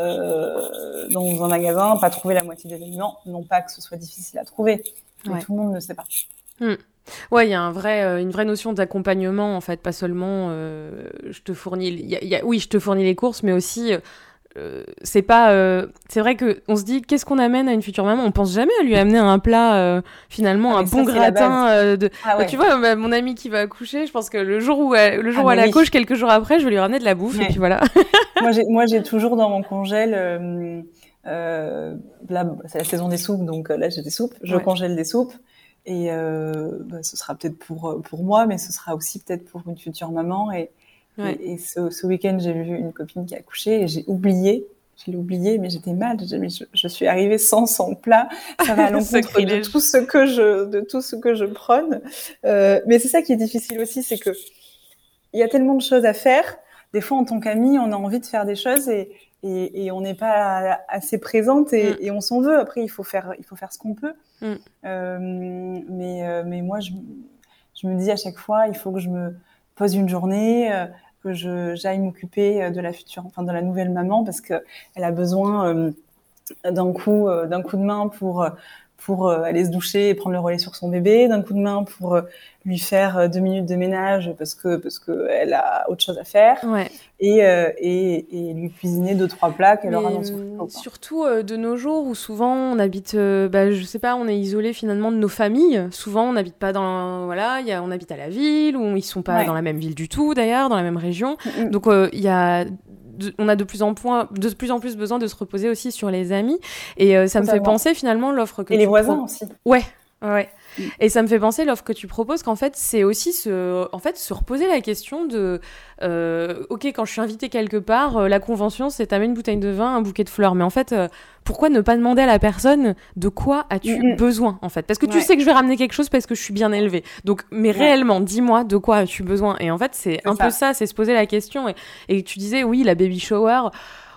euh, dans un magasin, pas trouver la moitié des aliments, non pas que ce soit difficile à trouver, mais Ouais. tout le monde ne sait pas. Mm. Ouais, il y a un vrai, euh, une vraie notion d'accompagnement en fait, pas seulement euh, je te fournis, y a, y a, oui, je te fournis les courses, mais aussi euh, c'est pas, euh, c'est vrai que on se dit qu'est-ce qu'on amène à une future maman, on pense jamais à lui amener un plat euh, finalement ah, un ça, bon gratin euh, de. Ah, ouais. Tu vois, bah, mon amie qui va accoucher, je pense que le jour où elle, le jour ah, où elle oui. accouche, quelques jours après, je vais lui ramener de la bouffe ouais. et puis voilà. moi, j'ai, moi, j'ai toujours dans mon congèle. Euh, euh, là, c'est la saison des soupes, donc là, j'ai des soupes. Je ouais. congèle des soupes. Et euh, bah, ce sera peut-être pour pour moi, mais ce sera aussi peut-être pour une future maman. Et, ouais. et, et ce, ce week-end, j'ai vu une copine qui a accouché et j'ai oublié, je l'ai oublié, mais j'étais mal. Je, je, je suis arrivée sans son plat. Ça va à l'encontre de tout ce que je de tout ce que je prône. Euh, mais c'est ça qui est difficile aussi, c'est que il y a tellement de choses à faire. Des fois, en tant qu'amie, on a envie de faire des choses et Et, et on n'est pas assez présente et, mm. et on s'en veut. Après, il faut faire, il faut faire ce qu'on peut. Mm. Euh, mais, euh, mais moi, je, je me dis à chaque fois, il faut que je me pose une journée, euh, que je, j'aille m'occuper de la future, enfin de la nouvelle maman, parce que elle a besoin euh, d'un coup, euh, d'un coup de main pour pour euh, aller se doucher et prendre le relais sur son bébé, d'un coup de main pour euh, lui faire euh, deux minutes de ménage parce que parce que elle a autre chose à faire, ouais. et, euh, et et lui cuisiner deux trois plats qu'elle Mais aura dans son frigo. Surtout euh, de nos jours où souvent on habite, euh, bah, je sais pas, on est isolé finalement de nos familles. Souvent on n'habite pas dans, voilà, y a, on habite à la ville ou ils sont pas ouais. dans la même ville du tout d'ailleurs, dans la même région. Mm-hmm. Donc il euh, y a De, on a de plus en point, de plus en plus besoin de se reposer aussi sur les amis et euh, ça me fait penser finalement l'offre que et tu les voisins pro... aussi ouais ouais mm. Et ça me fait penser l'offre que tu proposes qu'en fait c'est aussi se en fait se reposer la question de euh, ok, quand je suis invitée quelque part, euh, la convention c'est t'amènes une bouteille de vin, un bouquet de fleurs, mais en fait euh, pourquoi ne pas demander à la personne de quoi as-tu mm-hmm. besoin en fait, parce que tu ouais. sais que je vais ramener quelque chose parce que je suis bien élevée, donc mais ouais. réellement dis-moi de quoi as-tu besoin. Et en fait c'est, c'est un ça. peu ça, c'est se poser la question. Et, et tu disais oui, la baby shower,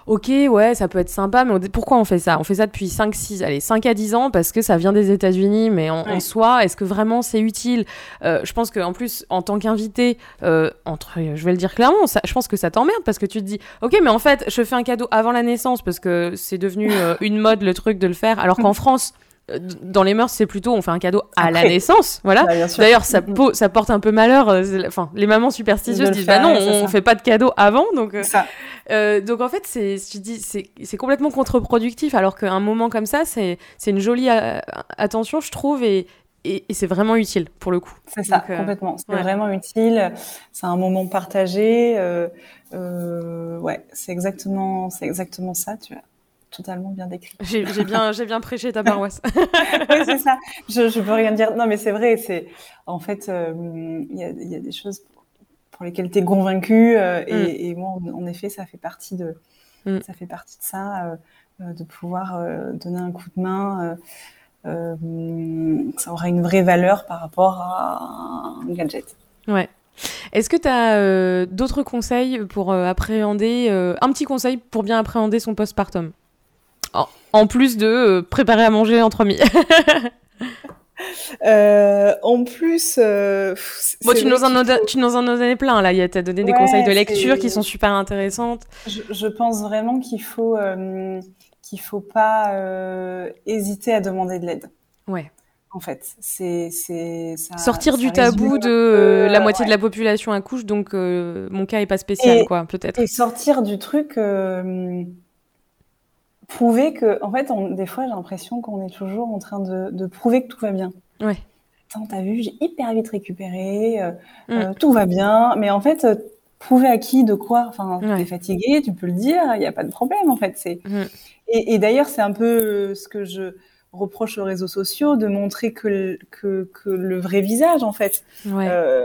ok, ouais, ça peut être sympa, mais on... pourquoi on fait ça? On fait ça depuis cinq, six, allez, cinq à dix ans parce que ça vient des États-Unis, mais en, ouais. en soi, est-ce que vraiment c'est utile? euh, Je pense qu'en plus, en tant qu'invité, euh, entre, je vais le dire clairement, ça, je pense que ça t'emmerde parce que tu te dis, ok, mais en fait, je fais un cadeau avant la naissance parce que c'est devenu euh, une mode le truc de le faire, alors qu'en France, dans les mœurs, c'est plutôt on fait un cadeau à Après. la naissance, voilà. Bah, D'ailleurs, ça, po- ça porte un peu malheur. Euh, enfin, les mamans superstitieuses disent faire, bah non, on, on fait pas de cadeau avant, donc. Euh, ça. Euh, donc en fait, c'est, tu dis, c'est, c'est complètement contre-productif, alors qu'un moment comme ça, c'est, c'est une jolie a- attention, je trouve, et Et, et c'est vraiment utile pour le coup. C'est ça, donc, euh, complètement. C'est ouais. vraiment utile. C'est un moment partagé. Euh, euh, ouais, c'est exactement, c'est exactement ça. Tu as totalement bien décrit. J'ai, j'ai bien, j'ai bien prêché ta paroisse. Oui, c'est ça. Je, je peux rien dire. Non, mais c'est vrai. C'est en fait, il euh, y a, il y a des choses pour lesquelles t'es convaincu. Euh, mm. et, et moi, en, en effet, ça fait partie de, mm. ça fait partie de ça, euh, de pouvoir euh, donner un coup de main. Euh, Euh, ça aura une vraie valeur par rapport à un gadget. Ouais. Est-ce que tu as euh, d'autres conseils pour euh, appréhender, euh, un petit conseil pour bien appréhender son postpartum, en, en plus de euh, préparer à manger entre amis? euh, en plus, euh, bon, tu nous, en faut... as, tu nous en as donné plein là. Tu as donné des ouais, conseils de lecture c'est... qui sont super intéressantes. Je, je pense vraiment qu'il faut euh, qu'il faut pas euh, hésiter à demander de l'aide. Ouais. En fait, c'est c'est ça, sortir ça du tabou de peu, la moitié ouais. de la population accouche, donc euh, mon cas est pas spécial, et, quoi, peut-être. Et sortir du truc, euh, prouver que, en fait, on, des fois, j'ai l'impression qu'on est toujours en train de, de prouver que tout va bien. Ouais. Attends, t'as vu, j'ai hyper vite récupéré, euh, mm. euh, tout va bien, mais en fait. Euh, Prouver à qui, de quoi? Enfin, ouais. T'es fatigué, tu peux le dire, il n'y a pas de problème, en fait. C'est... Mmh. Et, et d'ailleurs, c'est un peu ce que je reproche aux réseaux sociaux, de montrer que le, que, que le vrai visage, en fait. Ouais. Euh,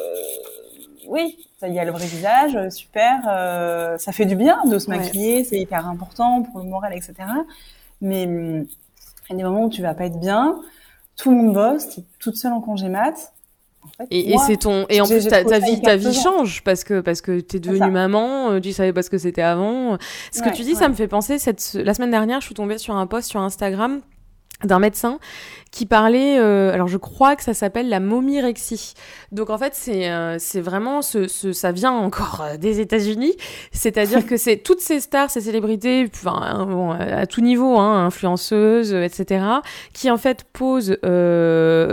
oui, il y a le vrai visage, super, euh, ça fait du bien de se maquiller, ouais. C'est hyper important pour le moral, et cetera. Mais il y a des moments où tu vas pas être bien, tout le monde bosse, t'es toute seule en congé mat. En fait, et, moi, et c'est ton et en plus ta, ta vie ta vie change parce que parce que t'es devenue maman, euh, tu savais pas ce que c'était avant. Ce ouais, que tu dis, ouais. Ça me fait penser cette la semaine dernière, je suis tombée sur un post sur Instagram d'un médecin qui parlait euh, alors je crois que ça s'appelle la momyrexie. Donc en fait c'est euh, c'est vraiment ce, ce ça vient encore des États-Unis, c'est-à-dire que c'est toutes ces stars, ces célébrités, enfin bon, à tout niveau, hein, influenceuses, et cetera, qui en fait posent euh,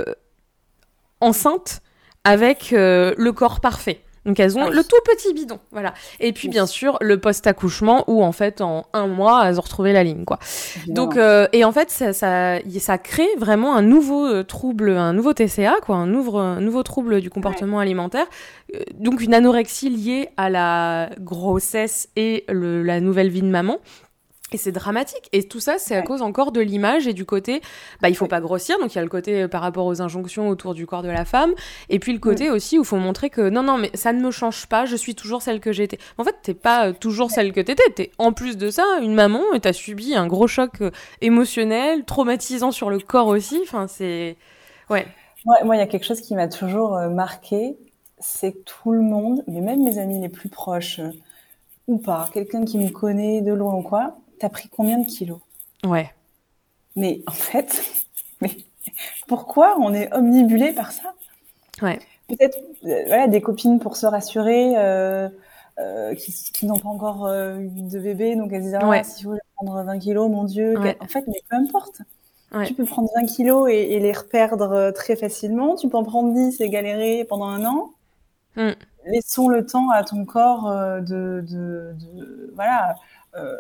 enceintes avec euh, le corps parfait. Donc elles ont ah oui. le tout petit bidon, voilà. Et puis oui. bien sûr le post-accouchement où en fait en un mois elles ont retrouvé la ligne, quoi. Évidemment. Donc euh, et en fait ça, ça ça crée vraiment un nouveau euh, trouble, un nouveau T C A, quoi, un nouveau un nouveau trouble du comportement ouais. alimentaire. Euh, donc une anorexie liée à la grossesse et le, la nouvelle vie de maman. Et c'est dramatique. Et tout ça, c'est ouais. à cause encore de l'image et du côté, bah, il faut pas grossir. Donc, il y a le côté euh, par rapport aux injonctions autour du corps de la femme. Et puis, le côté mmh. aussi où il faut montrer que non, non, mais ça ne me change pas. Je suis toujours celle que j'étais. En fait, t'es pas euh, toujours ouais. celle que t'étais. T'es, en plus de ça, une maman et t'as subi un gros choc euh, émotionnel, traumatisant sur le corps aussi. Enfin, c'est, ouais. Moi, moi, il y a quelque chose qui m'a toujours euh, marqué. C'est que tout le monde, mais même mes amis les plus proches, euh, ou pas, quelqu'un qui me connaît de loin ou quoi, t'as pris combien de kilos? Ouais. Mais en fait, mais pourquoi on est omnibulé par ça? Ouais. Peut-être, euh, voilà, des copines pour se rassurer, euh, euh, qui, qui n'ont pas encore euh, eu de bébé, donc elles disent ah, ouais. si je voulais prendre vingt kilos, mon Dieu. Ouais. En fait, mais peu importe. Ouais. Tu peux prendre vingt kilos et, et les reperdre très facilement. Tu peux en prendre dix et galérer pendant un an. Mm. Laissons le temps à ton corps euh, de, de, de, voilà. Euh,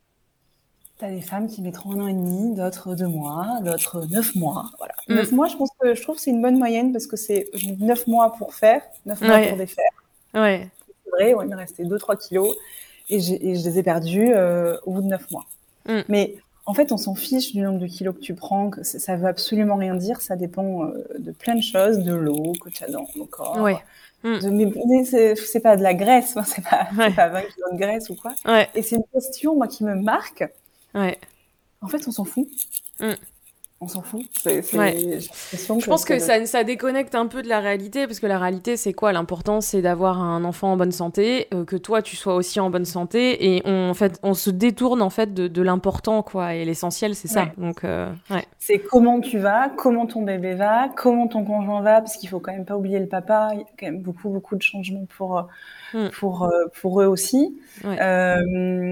T'as des femmes qui mettront un an et demi, d'autres deux mois, d'autres neuf mois. Voilà. Mm. Neuf mois, je pense que je trouve que c'est une bonne moyenne parce que c'est neuf mois pour faire, neuf mois ouais. pour défaire. Ouais. C'est vrai, ouais, il me restait deux, trois kilos et, j'ai, et je les ai perdus euh, au bout de neuf mois. Mm. Mais en fait, on s'en fiche du nombre de kilos que tu prends, que ça veut absolument rien dire. Ça dépend euh, de plein de choses, de l'eau que tu as dans le corps. Ouais. De, mais, mais c'est, c'est pas de la graisse, hein, c'est pas, ouais. c'est pas vingt kilos de graisse ou quoi. Ouais. Et c'est une question, moi, qui me marque. Ouais. En fait, on s'en fout. Mm. on s'en fout. C'est, c'est, Ouais. j'ai l'impression Je que pense c'est que le... ça, ça déconnecte un peu de la réalité, parce que la réalité, c'est quoi? L'important, c'est d'avoir un enfant en bonne santé, euh, que toi, tu sois aussi en bonne santé, et on, en fait, on se détourne en fait de, de l'important, quoi. Et l'essentiel, c'est ça. Ouais. Donc, euh, ouais. C'est comment tu vas, comment ton bébé va, comment ton conjoint va, parce qu'il faut quand même pas oublier le papa. Il y a quand même beaucoup, beaucoup de changements pour Mm. pour pour eux aussi. Ouais. Euh,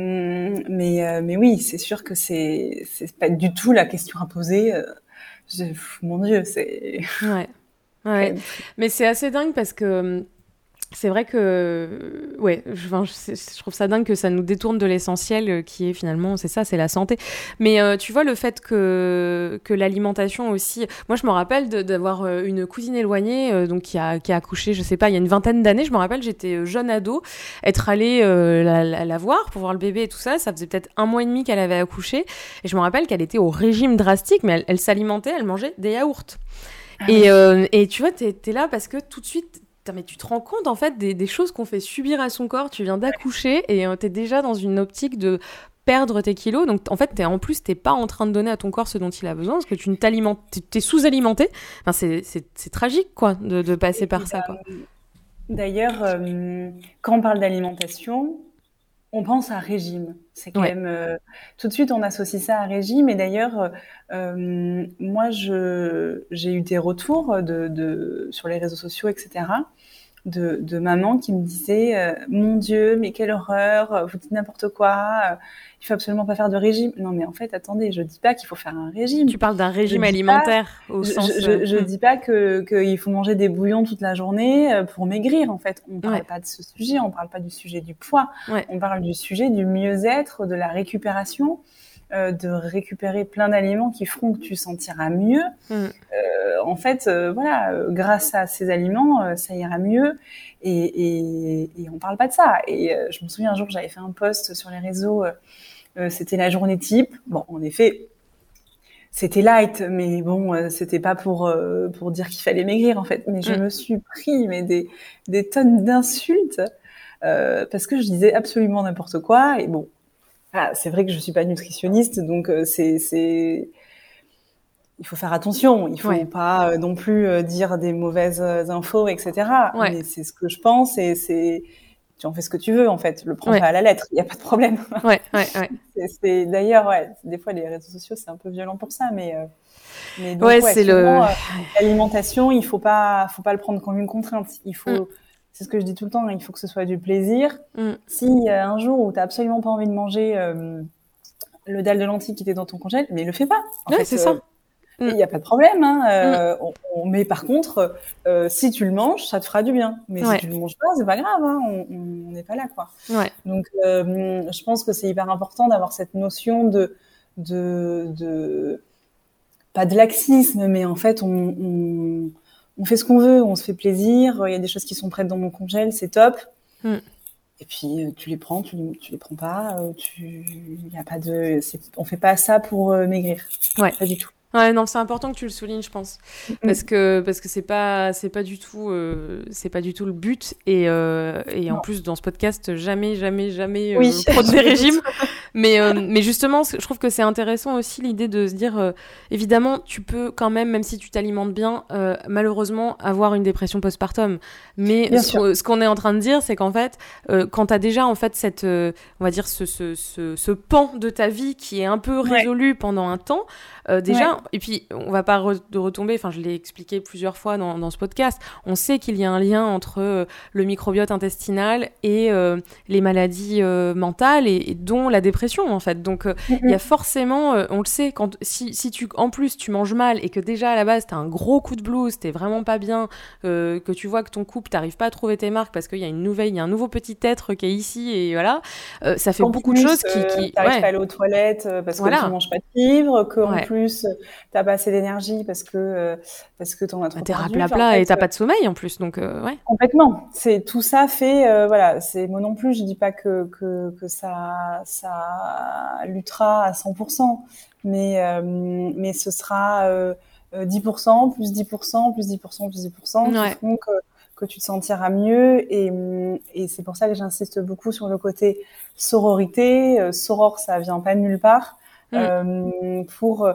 mais mais oui, c'est sûr que c'est c'est pas du tout la question à poser. Je, mon Dieu, c'est Ouais. Ouais. Mais c'est assez dingue parce que c'est vrai que, ouais, je, enfin, je, je trouve ça dingue que ça nous détourne de l'essentiel euh, qui est finalement, c'est ça, c'est la santé. Mais euh, tu vois, le fait que, que l'alimentation aussi... Moi, je me rappelle de, d'avoir euh, une cousine éloignée euh, donc qui a, qui a accouché, je sais pas, il y a une vingtaine d'années. Je me rappelle, j'étais jeune ado, être allée euh, la, la, la voir pour voir le bébé et tout ça. Ça faisait peut-être un mois et demi qu'elle avait accouché. Et je me rappelle qu'elle était au régime drastique, mais elle, elle s'alimentait, elle mangeait des yaourts. Ah et, oui. euh, et tu vois, t'es, t'es là parce que tout de suite... Mais tu te rends compte en fait des, des choses qu'on fait subir à son corps. Tu viens d'accoucher et euh, t'es déjà dans une optique de perdre tes kilos. Donc en fait, t'es, en plus, t'es pas en train de donner à ton corps ce dont il a besoin parce que tu ne t'alimentes, t'es sous-alimenté. Enfin, c'est, c'est, c'est tragique quoi de, de passer par ça. Quoi. D'ailleurs, euh, quand on parle d'alimentation, on pense à régime. C'est quand ouais. même euh, tout de suite on associe ça à régime. Et d'ailleurs, euh, moi, je j'ai eu des retours de, de sur les réseaux sociaux, et cetera, de, de mamans qui me disaient euh, mon Dieu, mais quelle horreur, vous dites n'importe quoi. Euh, il faut absolument pas faire de régime. Non, mais en fait, attendez, je dis pas qu'il faut faire un régime. Tu parles d'un régime alimentaire pas, au je, sens. Je, je, je hmm. dis pas que qu'il faut manger des bouillons toute la journée pour maigrir. En fait, on parle ouais. pas de ce sujet. On parle pas du sujet du poids. Ouais. On parle du sujet du mieux-être, de la récupération, euh, de récupérer plein d'aliments qui feront que tu sentiras mieux. Mm. Euh, en fait, euh, voilà, euh, grâce à ces aliments, euh, ça ira mieux. Et, et, et on parle pas de ça. Et euh, je me souviens un jour, j'avais fait un post sur les réseaux. Euh, c'était la journée type. Bon, en effet, c'était light, mais bon, euh, c'était pas pour euh, pour dire qu'il fallait maigrir en fait. Mais je mm. me suis pris mais des des tonnes d'insultes euh, parce que je disais absolument n'importe quoi. Et bon, ah, c'est vrai que je suis pas nutritionniste, donc euh, c'est c'est il faut faire attention. Il faut ouais. pas euh, non plus euh, dire des mauvaises infos, et cetera. Ouais. Mais c'est ce que je pense et c'est tu en fais ce que tu veux en fait. Le prends ouais. pas à la lettre, il y a pas de problème. Ouais, ouais, ouais. c'est, c'est d'ailleurs ouais, des fois les réseaux sociaux c'est un peu violent pour ça, mais. Euh, mais donc, ouais, ouais, c'est souvent, le. Euh, l'alimentation, il faut pas, faut pas le prendre comme une contrainte. Il faut, mm. c'est ce que je dis tout le temps, hein, il faut que ce soit du plaisir. Mm. Si euh, un jour où t'as absolument pas envie de manger euh, le dalle de lentilles qui était dans ton congèle, mais le fais pas. En ouais, fait, c'est euh, ça. Il y a pas de problème. Hein, euh, mm. on, on, mais par contre, euh, si tu le manges, ça te fera du bien. Mais ouais. si tu le manges pas, c'est pas grave. Hein, on n'est pas là, quoi. Ouais. Donc, euh, je pense que c'est hyper important d'avoir cette notion de, de, de pas de laxisme, mais en fait, on, on, on fait ce qu'on veut, on se fait plaisir. Il y a des choses qui sont prêtes dans mon congèle, c'est top. Mm. Et puis tu les prends, tu les, tu les prends pas. Tu, il y a pas de, c'est, on fait pas ça pour euh, maigrir. Ouais. Pas du tout. Ouais, non, c'est important que tu le soulignes, je pense, parce que parce que c'est pas c'est pas du tout euh, c'est pas du tout le but et euh, et en non. plus dans ce podcast jamais jamais jamais euh, oui, prendre des régimes, mais euh, mais justement je trouve que c'est intéressant aussi l'idée de se dire euh, évidemment tu peux quand même même si tu t'alimentes bien euh, malheureusement avoir une dépression postpartum, mais ce, qu'on, ce qu'on est en train de dire c'est qu'en fait euh, quand t'as déjà en fait cette euh, on va dire ce ce ce ce pan de ta vie qui est un peu résolu ouais. pendant un temps. Euh, déjà, ouais. et puis on va pas re- de retomber, enfin je l'ai expliqué plusieurs fois dans, dans ce podcast, on sait qu'il y a un lien entre euh, le microbiote intestinal et euh, les maladies euh, mentales, et, et dont la dépression en fait. Donc il mm-hmm. y a forcément, euh, on le sait, quand, si, si tu, en plus tu manges mal et que déjà à la base t'as un gros coup de blues, t'es vraiment pas bien, euh, que tu vois que ton couple t'arrives pas à trouver tes marques parce qu'il y a une nouvelle, il y a un nouveau petit être qui est ici et voilà, euh, ça fait en beaucoup plus, de choses qui... qui euh, t'arrives ouais. pas à aller aux toilettes parce voilà. que tu manges pas de fibres, qu'en ouais. plus plus t'as pas assez d'énergie parce que euh, parce que t'en as trop t'es perdu. T'es raplapla en fait, et t'as euh, pas de sommeil en plus, donc euh, ouais. Complètement. C'est tout ça fait euh, voilà. C'est moi non plus. Je dis pas que que que ça ça luttera à cent pour cent, mais euh, mais ce sera euh, dix pour cent plus dix pour cent plus dix pour cent plus dix pour cent ouais. qui feront que que tu te sentiras mieux et et c'est pour ça que j'insiste beaucoup sur le côté sororité. Euh, soror, ça vient pas de nulle part. Mmh. Euh, pour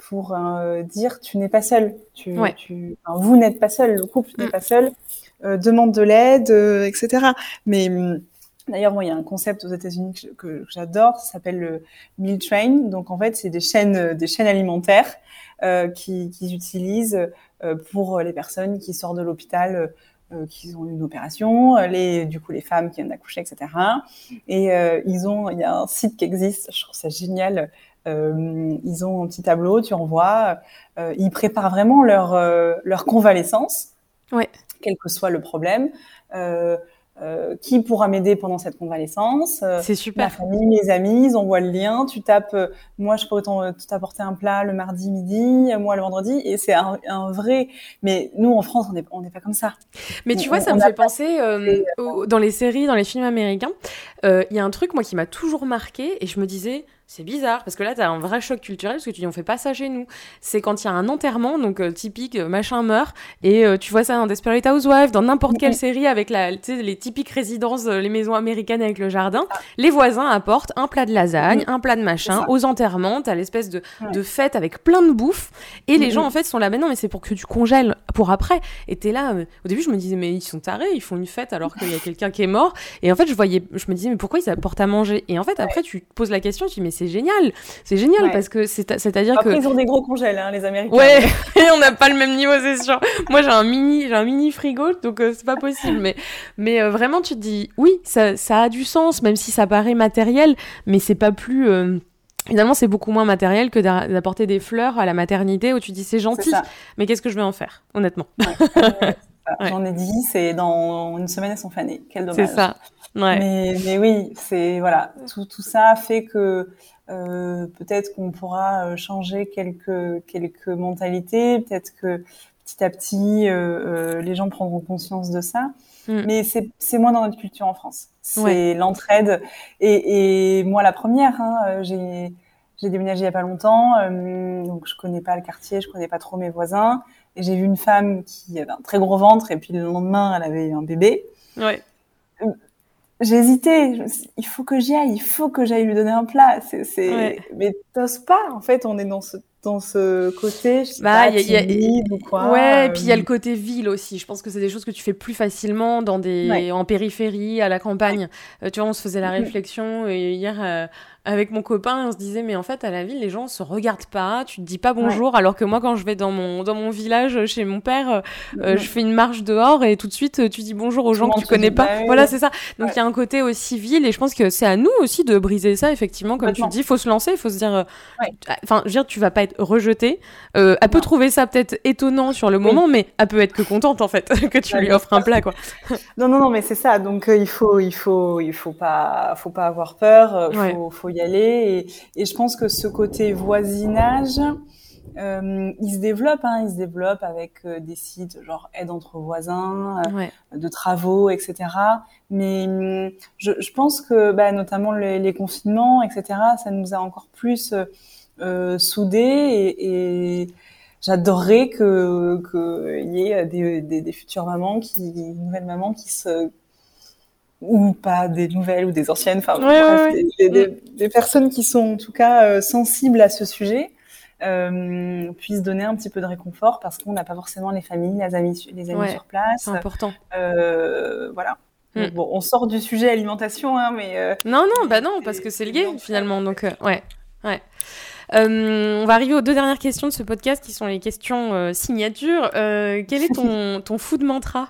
pour euh, dire tu n'es pas seul, tu, Ouais. tu, enfin, vous n'êtes pas seul, le couple n'est Mm. pas seul, euh, demande de l'aide, euh, et cetera. Mais hum, d'ailleurs, moi, il y a un concept aux États-Unis que, que, que j'adore, ça s'appelle le meal train. Donc, en fait, c'est des chaînes, euh, des chaînes alimentaires euh, qui, qu'ils utilisent euh, pour les personnes qui sortent de l'hôpital, euh, qui ont eu une opération, les, du coup, les femmes qui viennent d'accoucher, et cetera. Et euh, ils ont, il y a un site qui existe, je trouve ça génial. Euh, ils ont un petit tableau, tu envoies, euh, ils préparent vraiment leur euh, leur convalescence, Ouais. quel que soit le problème. Euh, euh, qui pourra m'aider pendant cette convalescence, euh, C'est super. ma famille, mes amis, ils envoient le lien, tu tapes, euh, moi je pourrais t'en, t'apporter un plat le mardi midi, moi le vendredi, et c'est un, un vrai, mais nous en France on n'est on n'est pas comme ça. Mais tu On- vois, ça on me a fait penser euh, au- dans les séries, dans les films américains. euh, Il y a un truc, moi, qui m'a toujours marqué et je me disais, c'est bizarre parce que là, t'as un vrai choc culturel parce que tu dis, on fait pas ça chez nous. C'est quand il y a un enterrement, donc euh, typique, euh, machin meurt, et euh, tu vois ça dans Desperate Housewives, dans n'importe quelle série avec la, tu sais, les typiques résidences, euh, les maisons américaines avec le jardin. Les voisins apportent un plat de lasagne, un plat de machin. Aux enterrements, t'as l'espèce de, Ouais. de fête avec plein de bouffe et les Mhm. gens en fait sont là, mais non, mais c'est pour que tu congèles pour après. Et t'es là, euh, au début je me disais, mais ils sont tarés, ils font une fête alors qu'il y a quelqu'un qui est mort. Et en fait je voyais, je me disais, mais pourquoi ils apportent à manger? Et en fait après tu te poses la question, tu dis, mais c'est génial, c'est génial Ouais. parce que c'est, c'est-à-dire Après que ils ont des gros congèles, hein, les Américains. ouais, et on n'a pas le même niveau, c'est sûr. Moi, j'ai un mini, j'ai un mini frigo, donc euh, c'est pas possible. Mais, mais euh, vraiment, tu te dis, oui, ça, ça a du sens, même si ça paraît matériel, mais c'est pas plus. Euh... Finalement, c'est beaucoup moins matériel que d'a- d'apporter des fleurs à la maternité où tu dis c'est gentil, C'est ça. mais qu'est-ce que je vais en faire, honnêtement? Ouais, ouais, c'est ça. Ouais. J'en ai dit, c'est dans une semaine elles sont fanées. Quel dommage. C'est ça. Ouais. Mais, mais oui, c'est voilà, tout, tout ça fait que euh, peut-être qu'on pourra euh, changer quelques quelques mentalités, peut-être que petit à petit euh, euh, les gens prendront conscience de ça. Mm. Mais c'est c'est moins dans notre culture en France. C'est Ouais. l'entraide et, et moi la première. Hein, euh, j'ai j'ai déménagé il y a pas longtemps, euh, donc je connais pas le quartier, je connais pas trop mes voisins. Et j'ai vu une femme qui avait un très gros ventre et puis le lendemain elle avait un bébé. Ouais. J'ai hésité. Je me suis dit, il faut que j'y aille, il faut que j'aille lui donner un plat. C'est, c'est... Ouais. Mais t'oses pas. En fait, on est dans ce dans ce côté, je sais Bah, pas, y a- y a- timide ou quoi. Ouais, et euh, puis il y a le côté ville aussi. Je pense que c'est des choses que tu fais plus facilement dans des... Ouais. en périphérie, à la campagne. Euh, tu vois, on se faisait la Mhm. réflexion et hier, euh, avec mon copain, on se disait, mais en fait, à la ville, les gens se regardent pas, tu te dis pas bonjour, alors que moi, quand je vais dans mon, dans mon village, chez mon père, euh, euh, Mhm. je fais une marche dehors et tout de suite, euh, tu dis bonjour aux Tout gens le que monde tu te connais dit pas. bah oui. Voilà, c'est ça. Donc, il Ouais. y a un côté aussi ville et je pense que c'est à nous aussi de briser ça, effectivement, comme tu le Complètement. dis, il faut se lancer, il faut se dire, euh, Ouais. enfin, je veux dire, tu vas pas être rejeté. Euh, elle peut Non. trouver ça peut-être étonnant sur le Oui. moment, mais elle peut être que contente en fait que tu Ouais, lui bien offres un plat, quoi. Non, non, non, mais c'est ça. Donc euh, il faut, il faut, il faut pas, faut pas avoir peur. euh, Ouais. Faut, faut y aller. Et, et je pense que ce côté voisinage, euh, il se développe. Hein, il se développe avec euh, des sites genre aide entre voisins, euh, Ouais. de travaux, et cetera. Mais hum, je, je pense que, bah, notamment les, les confinements, et cetera. Ça nous a encore plus euh, euh, soudés et, et j'adorerais que qu'il y ait des, des, des futures mamans qui, des nouvelles mamans qui se ou pas des nouvelles ou des anciennes, enfin Ouais, bref, ouais, ouais. des, des, des, des personnes qui sont en tout cas euh, sensibles à ce sujet euh, puissent donner un petit peu de réconfort parce qu'on n'a pas forcément les familles, les amis, les amis Ouais, sur place. c'est important. Euh, voilà. Donc, Mm. bon, on sort du sujet alimentation, hein, mais euh, Non, non, mais bah non, parce que c'est lié l'entraide. finalement. Donc, euh, ouais, ouais. Euh, on va arriver aux deux dernières questions de ce podcast qui sont les questions euh, signatures. Euh, quel est ton, ton food mantra?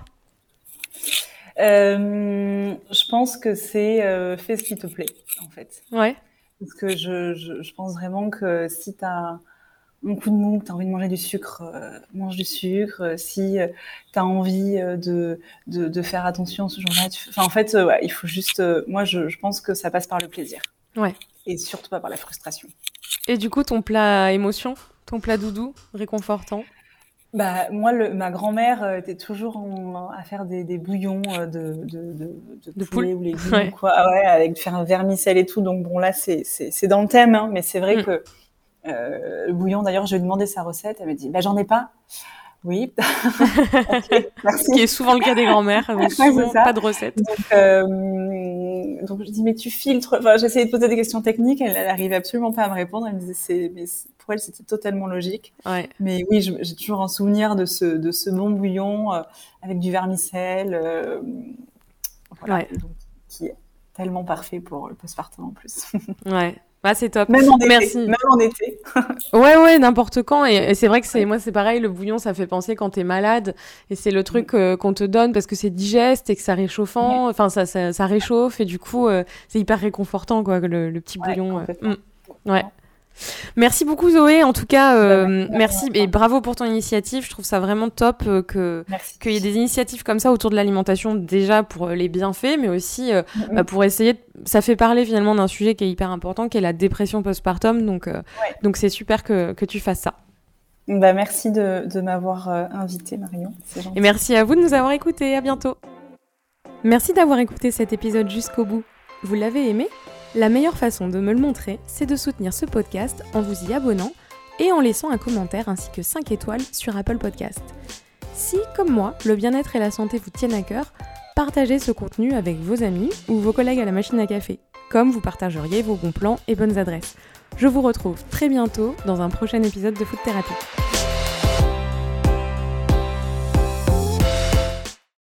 Euh, je pense que c'est euh, fais ce qui te plaît, en fait. Ouais. Parce que je, je, je pense vraiment que si t'as un coup de mou, que t'as envie de manger du sucre, euh, mange du sucre. Euh, Si euh, t'as envie euh, de, de, de faire attention ce jour-là, tu... enfin en fait, euh, ouais, il faut juste. euh, moi, je, je pense que ça passe par le plaisir Ouais. et surtout pas par la frustration. Et du coup, ton plat émotion, ton plat doudou, réconfortant? Bah moi, le, ma grand-mère euh, était toujours en, à faire des, des bouillons euh, de, de, de, de De poulet poule? ou légumes Ouais. ou quoi, ah ouais, avec faire un vermicelle et tout. Donc bon là, c'est c'est c'est dans le thème, hein, mais c'est vrai Mm. que euh, le bouillon. D'ailleurs, je lui ai demandé sa recette. Elle m'a dit, bah j'en ai pas. Oui. Okay, merci. Ce qui est souvent le cas des grand-mères, donc souvent ouais, pas de recette. Donc, euh, donc je dis mais tu filtres. Enfin, j'essayais de poser des questions techniques, elle, elle arrivait absolument pas à me répondre. Elle me disait c'est, mais pour elle c'était totalement logique. Ouais. Mais oui, je, j'ai toujours un souvenir de ce de ce bon bouillon euh, avec du vermicelle, euh, voilà, ouais. donc, qui est tellement parfait pour le postpartum en plus. Ouais. Ah, c'est top. Même en été. Merci. Même en été. ouais, ouais, n'importe quand. Et, et c'est vrai que c'est, moi, c'est pareil, le bouillon, ça fait penser quand t'es malade. Et c'est le truc euh, qu'on te donne parce que c'est digeste et que ça réchauffant. Enfin, ça, ça, ça réchauffe. Et du coup, euh, c'est hyper réconfortant, quoi, le, le petit Ouais, bouillon. complètement. Euh. Mm. Ouais. Merci beaucoup Zoé, en tout cas euh, Ouais, merci et bravo pour ton initiative, je trouve ça vraiment top euh, que qu'il y ait des initiatives comme ça autour de l'alimentation, déjà pour les bienfaits mais aussi euh, mm-hmm. bah, pour essayer de... ça fait parler finalement d'un sujet qui est hyper important qui est la dépression postpartum, donc euh, ouais. donc c'est super que que tu fasses ça. Bah merci de de m'avoir euh, invitée Marion, c'est gentil. Et merci à vous de nous avoir écoutés, à bientôt. Merci d'avoir écouté cet épisode jusqu'au bout. Vous l'avez aimé ? La meilleure façon de me le montrer, c'est de soutenir ce podcast en vous y abonnant et en laissant un commentaire ainsi que cinq étoiles sur Apple Podcast. Si, comme moi, le bien-être et la santé vous tiennent à cœur, partagez ce contenu avec vos amis ou vos collègues à la machine à café, comme vous partageriez vos bons plans et bonnes adresses. Je vous retrouve très bientôt dans un prochain épisode de Food Thérapie.